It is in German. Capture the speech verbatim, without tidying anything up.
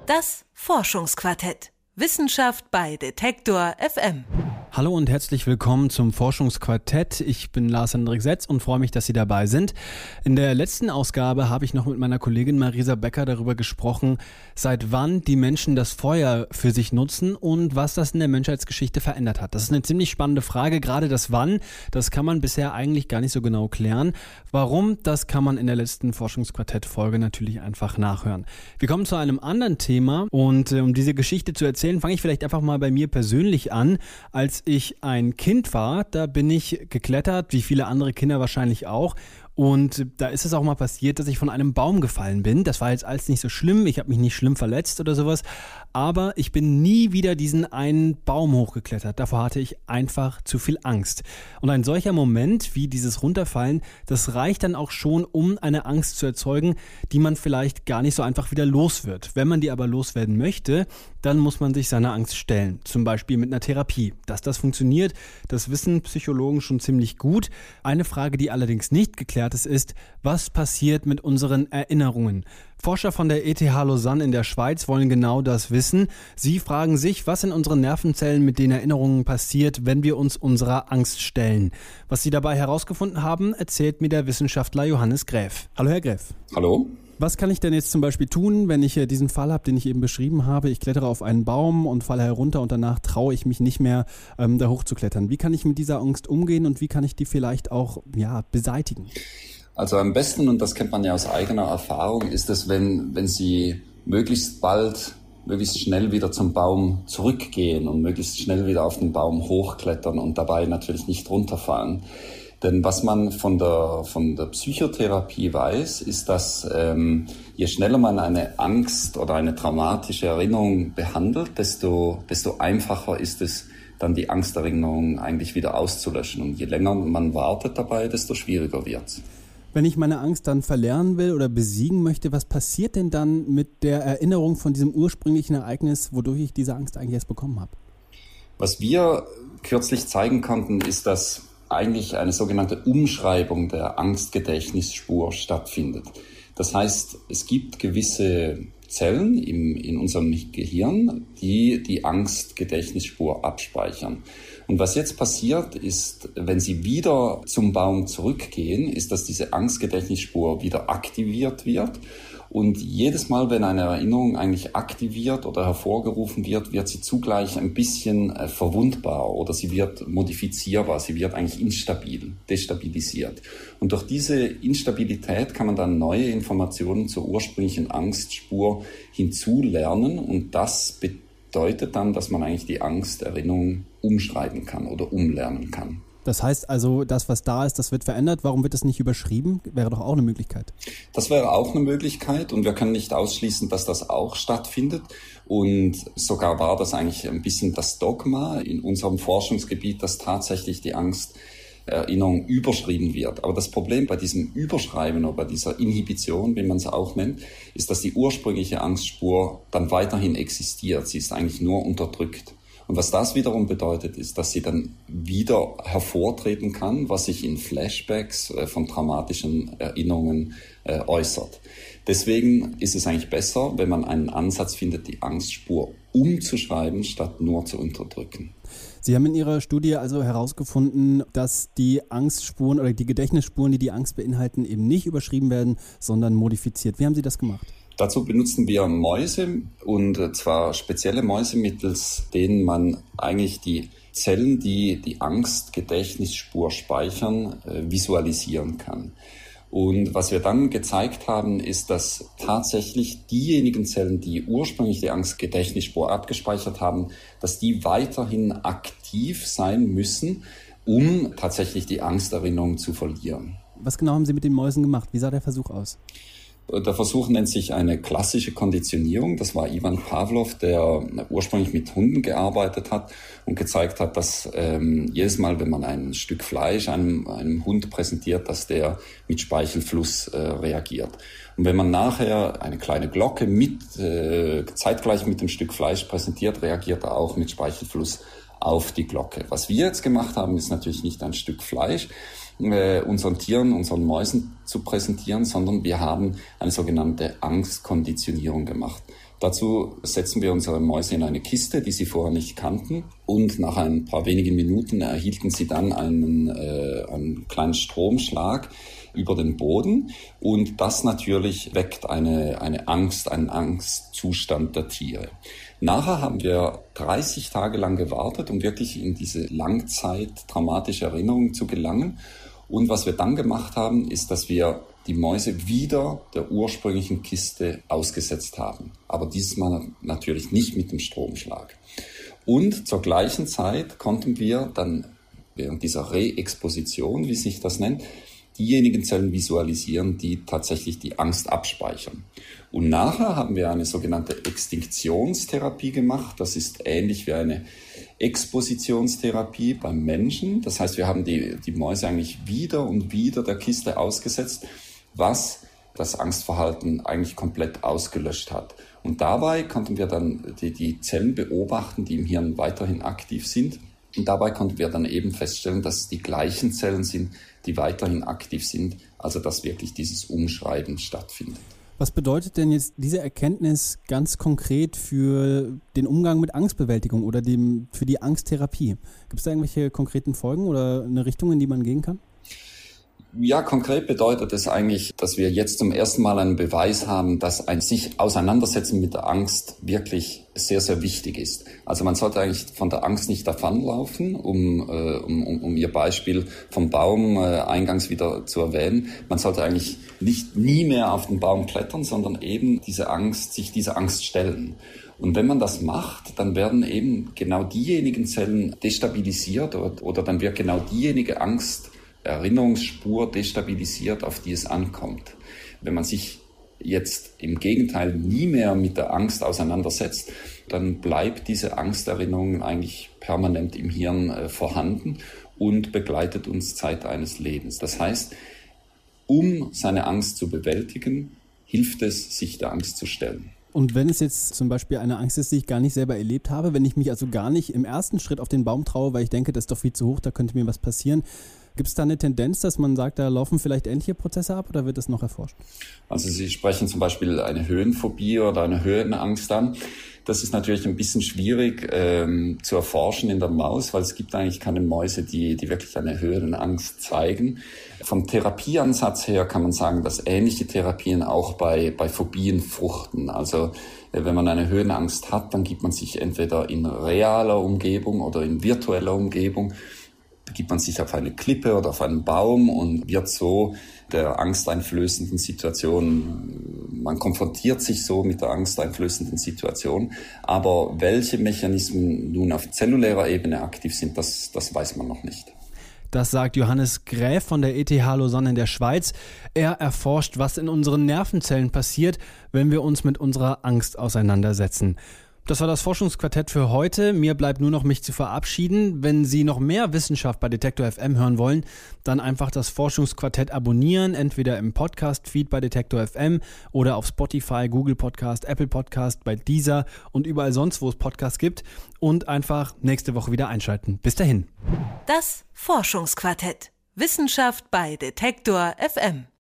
Das Forschungsquartett. Wissenschaft bei Detektor F M. Hallo und herzlich willkommen zum Forschungsquartett. Ich bin Lars-Hendrik Setz und freue mich, dass Sie dabei sind. In der letzten Ausgabe habe ich noch mit meiner Kollegin Marisa Becker darüber gesprochen, seit wann die Menschen das Feuer für sich nutzen und was das in der Menschheitsgeschichte verändert hat. Das ist eine ziemlich spannende Frage, gerade das Wann, das kann man bisher eigentlich gar nicht so genau klären. Warum, das kann man in der letzten Forschungsquartett-Folge natürlich einfach nachhören. Wir kommen zu einem anderen Thema und äh, um diese Geschichte zu erzählen, fange ich vielleicht einfach mal bei mir persönlich an. Als ich ein Kind war, da bin ich geklettert, wie viele andere Kinder wahrscheinlich auch. Und da ist es auch mal passiert, dass ich von einem Baum gefallen bin. Das war jetzt alles nicht so schlimm, ich habe mich nicht schlimm verletzt oder sowas. Aber ich bin nie wieder diesen einen Baum hochgeklettert. Davor hatte ich einfach zu viel Angst. Und ein solcher Moment wie dieses Runterfallen, das reicht dann auch schon, um eine Angst zu erzeugen, die man vielleicht gar nicht so einfach wieder los wird. Wenn man die aber loswerden möchte, dann muss man sich seiner Angst stellen. Zum Beispiel mit einer Therapie. Dass das funktioniert, das wissen Psychologen schon ziemlich gut. Eine Frage, die allerdings nicht geklärt ist, ist, was passiert mit unseren Erinnerungen? Forscher von der E T H Lausanne in der Schweiz wollen genau das wissen. Sie fragen sich, was in unseren Nervenzellen mit den Erinnerungen passiert, wenn wir uns unserer Angst stellen. Was sie dabei herausgefunden haben, erzählt mir der Wissenschaftler Johannes Gräf. Hallo Herr Gräf. Hallo. Was kann ich denn jetzt zum Beispiel tun, wenn ich diesen Fall habe, den ich eben beschrieben habe? Ich klettere auf einen Baum und falle herunter und danach traue ich mich nicht mehr, ähm, da hochzuklettern. Wie kann ich mit dieser Angst umgehen und wie kann ich die vielleicht auch ja, beseitigen? Also am besten, und das kennt man ja aus eigener Erfahrung, ist es, wenn, wenn Sie möglichst bald, möglichst schnell wieder zum Baum zurückgehen und möglichst schnell wieder auf den Baum hochklettern und dabei natürlich nicht runterfallen. Denn was man von der, von der Psychotherapie weiß, ist, dass ähm, je schneller man eine Angst oder eine traumatische Erinnerung behandelt, desto, desto einfacher ist es, dann die Angsterinnerung eigentlich wieder auszulöschen. Und je länger man wartet dabei, desto schwieriger wird's. Wenn ich meine Angst dann verlernen will oder besiegen möchte, was passiert denn dann mit der Erinnerung von diesem ursprünglichen Ereignis, wodurch ich diese Angst eigentlich erst bekommen habe? Was wir kürzlich zeigen konnten, ist, dass eigentlich eine sogenannte Umschreibung der Angstgedächtnisspur stattfindet. Das heißt, es gibt gewisse Zellen im, in unserem Gehirn, die die Angstgedächtnisspur abspeichern. Und was jetzt passiert ist, wenn Sie wieder zum Baum zurückgehen, ist, dass diese Angstgedächtnisspur wieder aktiviert wird. Und jedes Mal, wenn eine Erinnerung eigentlich aktiviert oder hervorgerufen wird, wird sie zugleich ein bisschen äh, verwundbar oder sie wird modifizierbar, sie wird eigentlich instabil, destabilisiert. Und durch diese Instabilität kann man dann neue Informationen zur ursprünglichen Angstspur hinzulernen und das bedeutet dann, dass man eigentlich die Angsterinnerung umschreiben kann oder umlernen kann. Das heißt also, das, was da ist, das wird verändert. Warum wird das nicht überschrieben? Wäre doch auch eine Möglichkeit. Das wäre auch eine Möglichkeit und wir können nicht ausschließen, dass das auch stattfindet. Und sogar war das eigentlich ein bisschen das Dogma in unserem Forschungsgebiet, dass tatsächlich die Angsterinnerung überschrieben wird. Aber das Problem bei diesem Überschreiben oder bei dieser Inhibition, wie man es auch nennt, ist, dass die ursprüngliche Angstspur dann weiterhin existiert. Sie ist eigentlich nur unterdrückt. Und was das wiederum bedeutet, ist, dass sie dann wieder hervortreten kann, was sich in Flashbacks äh, von traumatischen Erinnerungen äh, äußert. Deswegen ist es eigentlich besser, wenn man einen Ansatz findet, die Angstspur umzuschreiben, statt nur zu unterdrücken. Sie haben in Ihrer Studie also herausgefunden, dass die Angstspuren oder die Gedächtnisspuren, die die Angst beinhalten, eben nicht überschrieben werden, sondern modifiziert. Wie haben Sie das gemacht? Dazu benutzen wir Mäuse und zwar spezielle Mäuse, mittels denen man eigentlich die Zellen, die die Angstgedächtnisspur speichern, visualisieren kann. Und was wir dann gezeigt haben, ist, dass tatsächlich diejenigen Zellen, die ursprünglich die Angstgedächtnisspur abgespeichert haben, dass die weiterhin aktiv sein müssen, um tatsächlich die Angsterinnerung zu verlieren. Was genau haben Sie mit den Mäusen gemacht? Wie sah der Versuch aus? Der Versuch nennt sich eine klassische Konditionierung. Das war Ivan Pavlov, der ursprünglich mit Hunden gearbeitet hat und gezeigt hat, dass ähm, jedes Mal, wenn man ein Stück Fleisch einem, einem Hund präsentiert, dass der mit Speichelfluss äh, reagiert. Und wenn man nachher eine kleine Glocke mit äh, zeitgleich mit dem Stück Fleisch präsentiert, reagiert er auch mit Speichelfluss auf die Glocke. Was wir jetzt gemacht haben, ist natürlich nicht ein Stück Fleisch, äh, unseren Tieren, unseren Mäusen zu präsentieren, sondern wir haben eine sogenannte Angstkonditionierung gemacht. Dazu setzen wir unsere Mäuse in eine Kiste, die sie vorher nicht kannten, und nach ein paar wenigen Minuten erhielten sie dann einen, äh, einen kleinen Stromschlag über den Boden, und das natürlich weckt eine, eine Angst, einen Angstzustand der Tiere. Nachher haben wir dreißig Tage lang gewartet, um wirklich in diese Langzeit traumatische Erinnerung zu gelangen. Und was wir dann gemacht haben, ist, dass wir die Mäuse wieder der ursprünglichen Kiste ausgesetzt haben. Aber dieses Mal natürlich nicht mit dem Stromschlag. Und zur gleichen Zeit konnten wir dann während dieser Reexposition, wie sich das nennt, diejenigen Zellen visualisieren, die tatsächlich die Angst abspeichern. Und nachher haben wir eine sogenannte Extinktionstherapie gemacht. Das ist ähnlich wie eine Expositionstherapie beim Menschen. Das heißt, wir haben die, die Mäuse eigentlich wieder und wieder der Kiste ausgesetzt, was das Angstverhalten eigentlich komplett ausgelöscht hat. Und dabei konnten wir dann die, die Zellen beobachten, die im Hirn weiterhin aktiv sind. Und dabei konnten wir dann eben feststellen, dass es die gleichen Zellen sind, die weiterhin aktiv sind, also dass wirklich dieses Umschreiben stattfindet. Was bedeutet denn jetzt diese Erkenntnis ganz konkret für den Umgang mit Angstbewältigung oder dem, für die Angsttherapie? Gibt es da irgendwelche konkreten Folgen oder eine Richtung, in die man gehen kann? Ja, konkret bedeutet es eigentlich, dass wir jetzt zum ersten Mal einen Beweis haben, dass ein sich auseinandersetzen mit der Angst wirklich sehr, sehr wichtig ist. Also man sollte eigentlich von der Angst nicht davonlaufen, um, äh, um, um, um Ihr Beispiel vom Baum äh, eingangs wieder zu erwähnen. Man sollte eigentlich nicht nie mehr auf den Baum klettern, sondern eben diese Angst, sich dieser Angst stellen. Und wenn man das macht, dann werden eben genau diejenigen Zellen destabilisiert oder, oder dann wird genau diejenige Angst Erinnerungsspur destabilisiert, auf die es ankommt. Wenn man sich jetzt im Gegenteil nie mehr mit der Angst auseinandersetzt, dann bleibt diese Angsterinnerung eigentlich permanent im Hirn äh, vorhanden und begleitet uns Zeit eines Lebens. Das heißt, um seine Angst zu bewältigen, hilft es, sich der Angst zu stellen. Und wenn es jetzt zum Beispiel eine Angst ist, die ich gar nicht selber erlebt habe, wenn ich mich also gar nicht im ersten Schritt auf den Baum traue, weil ich denke, das ist doch viel zu hoch, da könnte mir was passieren, gibt es da eine Tendenz, dass man sagt, da laufen vielleicht ähnliche Prozesse ab oder wird das noch erforscht? Also Sie sprechen zum Beispiel eine Höhenphobie oder eine Höhenangst an. Das ist natürlich ein bisschen schwierig ähm, zu erforschen in der Maus, weil es gibt eigentlich keine Mäuse, die, die wirklich eine Höhenangst zeigen. Vom Therapieansatz her kann man sagen, dass ähnliche Therapien auch bei, bei Phobien fruchten. Also äh, wenn man eine Höhenangst hat, dann gibt man sich entweder in realer Umgebung oder in virtueller Umgebung, begibt man sich auf eine Klippe oder auf einen Baum und wird so der angsteinflößenden Situation, man konfrontiert sich so mit der angsteinflößenden Situation, aber welche Mechanismen nun auf zellulärer Ebene aktiv sind, das, das weiß man noch nicht. Das sagt Johannes Gräf von der E T H Lausanne in der Schweiz. Er erforscht, was in unseren Nervenzellen passiert, wenn wir uns mit unserer Angst auseinandersetzen. Das war das Forschungsquartett für heute. Mir bleibt nur noch, mich zu verabschieden. Wenn Sie noch mehr Wissenschaft bei Detektor F M hören wollen, dann einfach das Forschungsquartett abonnieren, entweder im Podcast-Feed bei Detektor F M oder auf Spotify, Google Podcast, Apple Podcast, bei Deezer und überall sonst, wo es Podcasts gibt. Und einfach nächste Woche wieder einschalten. Bis dahin. Das Forschungsquartett. Wissenschaft bei Detektor F M.